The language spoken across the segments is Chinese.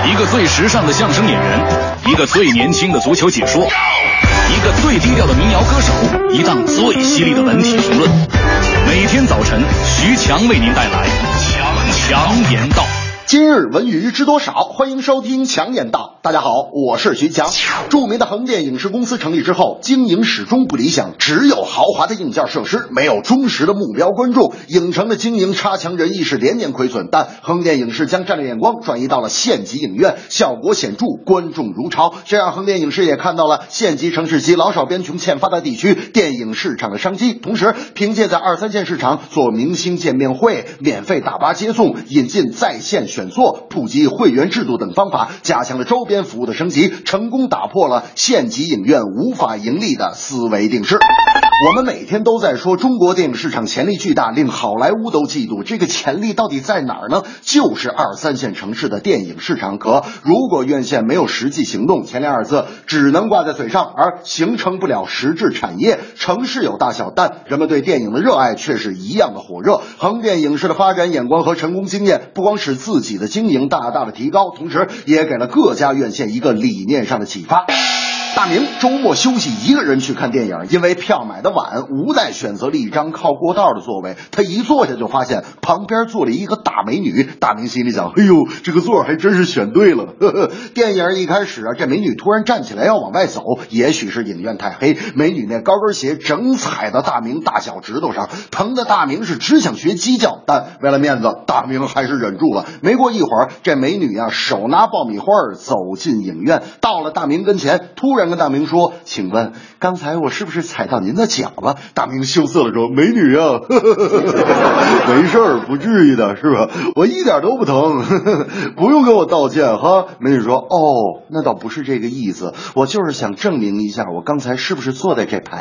一个最时尚的相声演员，一个最年轻的足球解说，一个最低调的民谣歌手，一档最犀利的文体评论。每天早晨，徐强为您带来强言道。 今日文娱知多少？欢迎收听强言道。大家好，我是徐强。著名的横店影视公司成立之后，经营始终不理想，只有豪华的硬件设施，没有忠实的目标观众，影城的经营差强人意，是连年亏损。但横店影视将战略眼光转移到了县级影院，效果显著，观众如潮。这让横店影视也看到了县级城市及老少边穷欠发达地区电影市场的商机，同时凭借在2、3线市场做明星见面会、免费大巴接送、引进在线选座、普及会员制度等方法，加强了周边服务的升级，成功打破了县级影院无法盈利的思维定式。我们每天都在说中国电影市场潜力巨大，令好莱坞都嫉妒，这个潜力到底在哪儿呢？就是2、3线城市的电影市场。可如果院线没有实际行动，前2字只能挂在嘴上，而形成不了实质产业。城市有大小，但人们对电影的热爱却是一样的火热。横店影视的发展眼光和成功经验，不光使自己的经营大大的提高，同时也给了各家院线一个理念上的启发。大明周末休息一个人去看电影，因为票买的晚，无奈选择了一张靠过道的座位。他一坐下就发现旁边坐了一个大美女，大明心里想，哎呦，这个座还真是选对了。电影一开始这美女突然站起来要往外走，也许是影院太黑，美女那高跟鞋整踩到大明大脚趾头上，疼的大明是只想学鸡叫，但为了面子，大明还是忍住了。没过一会儿，这美女手拿爆米花走进影院，到了大明跟前，突然跟大明说，请问刚才我是不是踩到您的脚了？大明羞涩了说，美女啊，没事儿，不至于的，是吧？我一点都不疼，不用跟我道歉哈。美女说，哦，那倒不是这个意思，我就是想证明一下我刚才是不是坐在这排。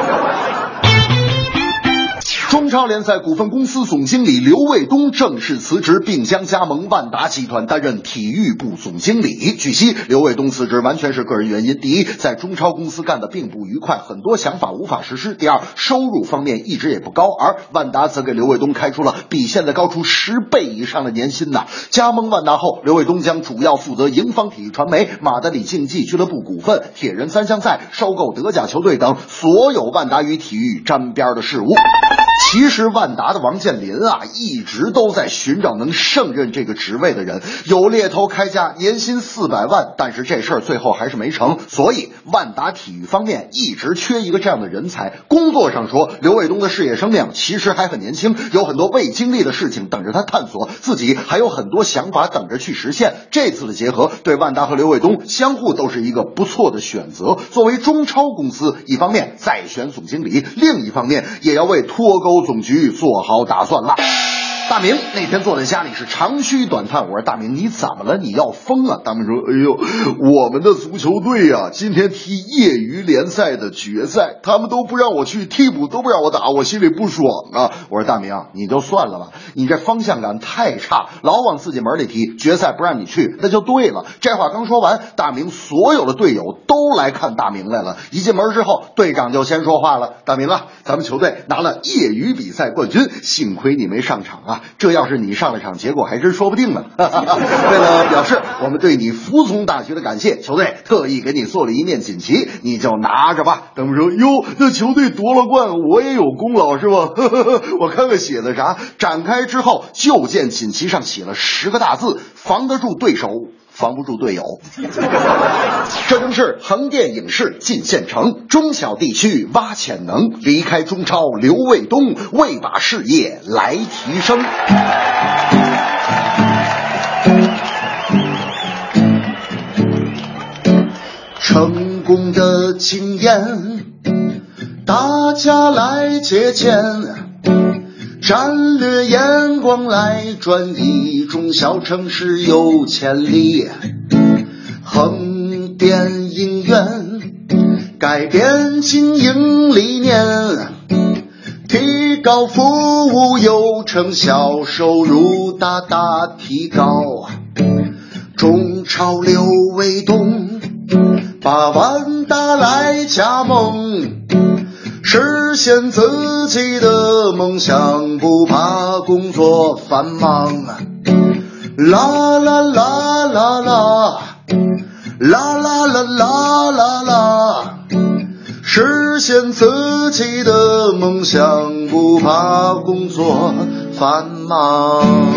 中超联赛股份公司总经理刘卫东正式辞职，并将加盟万达集团担任体育部总经理。据悉，刘卫东辞职完全是个人原因。第一，在中超公司干得并不愉快，很多想法无法实施。第二，收入方面一直也不高，而万达则给刘卫东开出了比现在高出10倍以上的年薪呐。加盟万达后，刘卫东将主要负责盈方体育传媒、马德里竞技俱乐部股份、铁人3项赛、收购德甲球队等所有万达与体育沾边的事务。其实万达的王健林一直都在寻找能胜任这个职位的人，有猎头开价年薪400万，但是这事儿最后还是没成，所以万达体育方面一直缺一个这样的人才。工作上说，刘卫东的事业生命其实还很年轻，有很多未经历的事情等着他探索，自己还有很多想法等着去实现。这次的结合对万达和刘卫东相互都是一个不错的选择。作为中超公司，一方面再选总经理，另一方面也要为脱钩总局做好打算了。大明那天坐在家里是长吁短叹，我说大明你怎么了？你要疯啊？大明说，哎呦，我们的足球队今天踢业余联赛的决赛，他们都不让我去，替补都不让我打，我心里不爽啊。我说大明你就算了吧，你这方向感太差，老往自己门里踢，决赛不让你去那就对了。这话刚说完，大明所有的队友都来看大明来了。一进门之后，队长就先说话了，大明咱们球队拿了业余比赛冠军，幸亏你没上场这要是你上了场，结果还真说不定呢。为了表示我们对你服从大局的感谢，球队特意给你做了一面锦旗，你就拿着吧。等们说，哟，那球队夺了冠，我也有功劳是吧？我看看写的啥。展开之后，就见锦旗上写了10个大字，防得住对手，防不住队友。这正是横店影视进县城，中小地区挖潜能，离开中超刘卫东，为把事业来提升。成功的经验，大家来借鉴，战略眼光来转移，中小城市有潜力。横店影院改变经营理念，提高服务流程，销收入大大提高。中超刘卫东把万达来加盟，实现自己的梦想，不怕工作繁忙。啦啦啦啦啦，啦啦啦啦啦啦，实现自己的梦想，不怕工作繁忙。